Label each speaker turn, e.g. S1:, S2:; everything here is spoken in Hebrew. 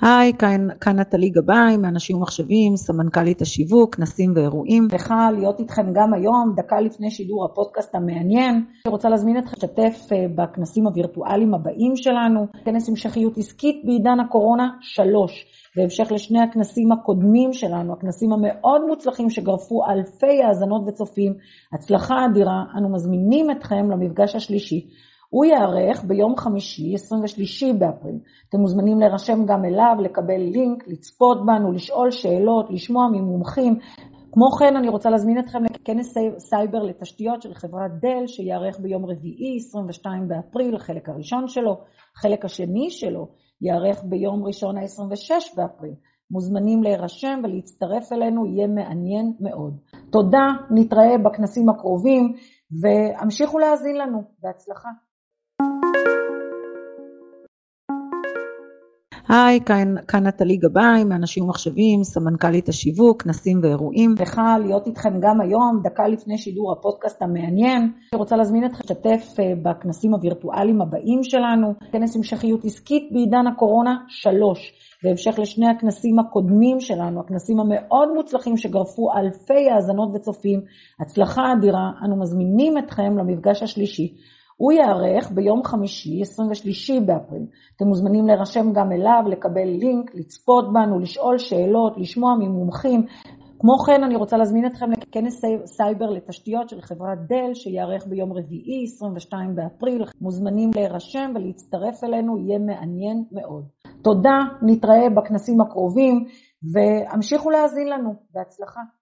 S1: היי, כאן נטלי גבאי, מאנשים ומחשבים, סמנכ"לית השיווק, כנסים ואירועים. שמחה להיות איתכם גם היום, דקה לפני שידור הפודקאסט המעניין. אני רוצה להזמין אתכם לשתף בכנסים הווירטואליים הבאים שלנו. כנס המשכיות עסקית בעידן הקורונה 3, בהמשך לשני הכנסים הקודמים שלנו, הכנסים המאוד מוצלחים שגרפו אלפי האזנות וצופים. הצלחה אדירה, אנו מזמינים אתכם למפגש השלישי. הוא יערך ביום חמישי, 23 באפריל. אתם מוזמנים להירשם גם אליו, לקבל לינק, לצפות בנו, לשאול שאלות, לשמוע ממומחים. כמו כן, אני רוצה להזמין אתכם לכנס סייבר לתשתיות של חברת דל, שיערך ביום רביעי, 22 באפריל, החלק הראשון שלו. החלק השני שלו יערך ביום ראשון, 26 באפריל. מוזמנים להירשם ולהצטרף אלינו, יהיה מעניין מאוד. תודה, נתראה בכנסים הקרובים, והמשיכו להאזין לנו. בהצלחה. היי, כאן נטלי גבאי, מאנשים ומחשבים, סמנכ"לית השיווק, כנסים ואירועים. שמחה להיות איתכם גם היום, דקה לפני שידור הפודקאסט המעניין. אני רוצה להזמין אתכם לשתף בכנסים הווירטואליים הבאים שלנו. כנס המשכיות עסקית בעידן הקורונה 3, בהמשך לשני הכנסים הקודמים שלנו, הכנסים המאוד מוצלחים שגרפו אלפי האזנות וצופים. הצלחה אדירה, אנו מזמינים אתכם למפגש השלישי. הוא יערך ביום חמישי, 23 באפריל. אתם מוזמנים להירשם גם אליו, לקבל לינק, לצפות בנו, לשאול שאלות, לשמוע ממומחים. כמו כן, אני רוצה להזמין אתכם לכנס סייבר לתשתיות של חברת דל, שיערך ביום רביעי, 22 באפריל. מוזמנים להירשם ולהצטרף אלינו, יהיה מעניין מאוד. תודה, נתראה בכנסים הקרובים, והמשיכו להאזין לנו. בהצלחה.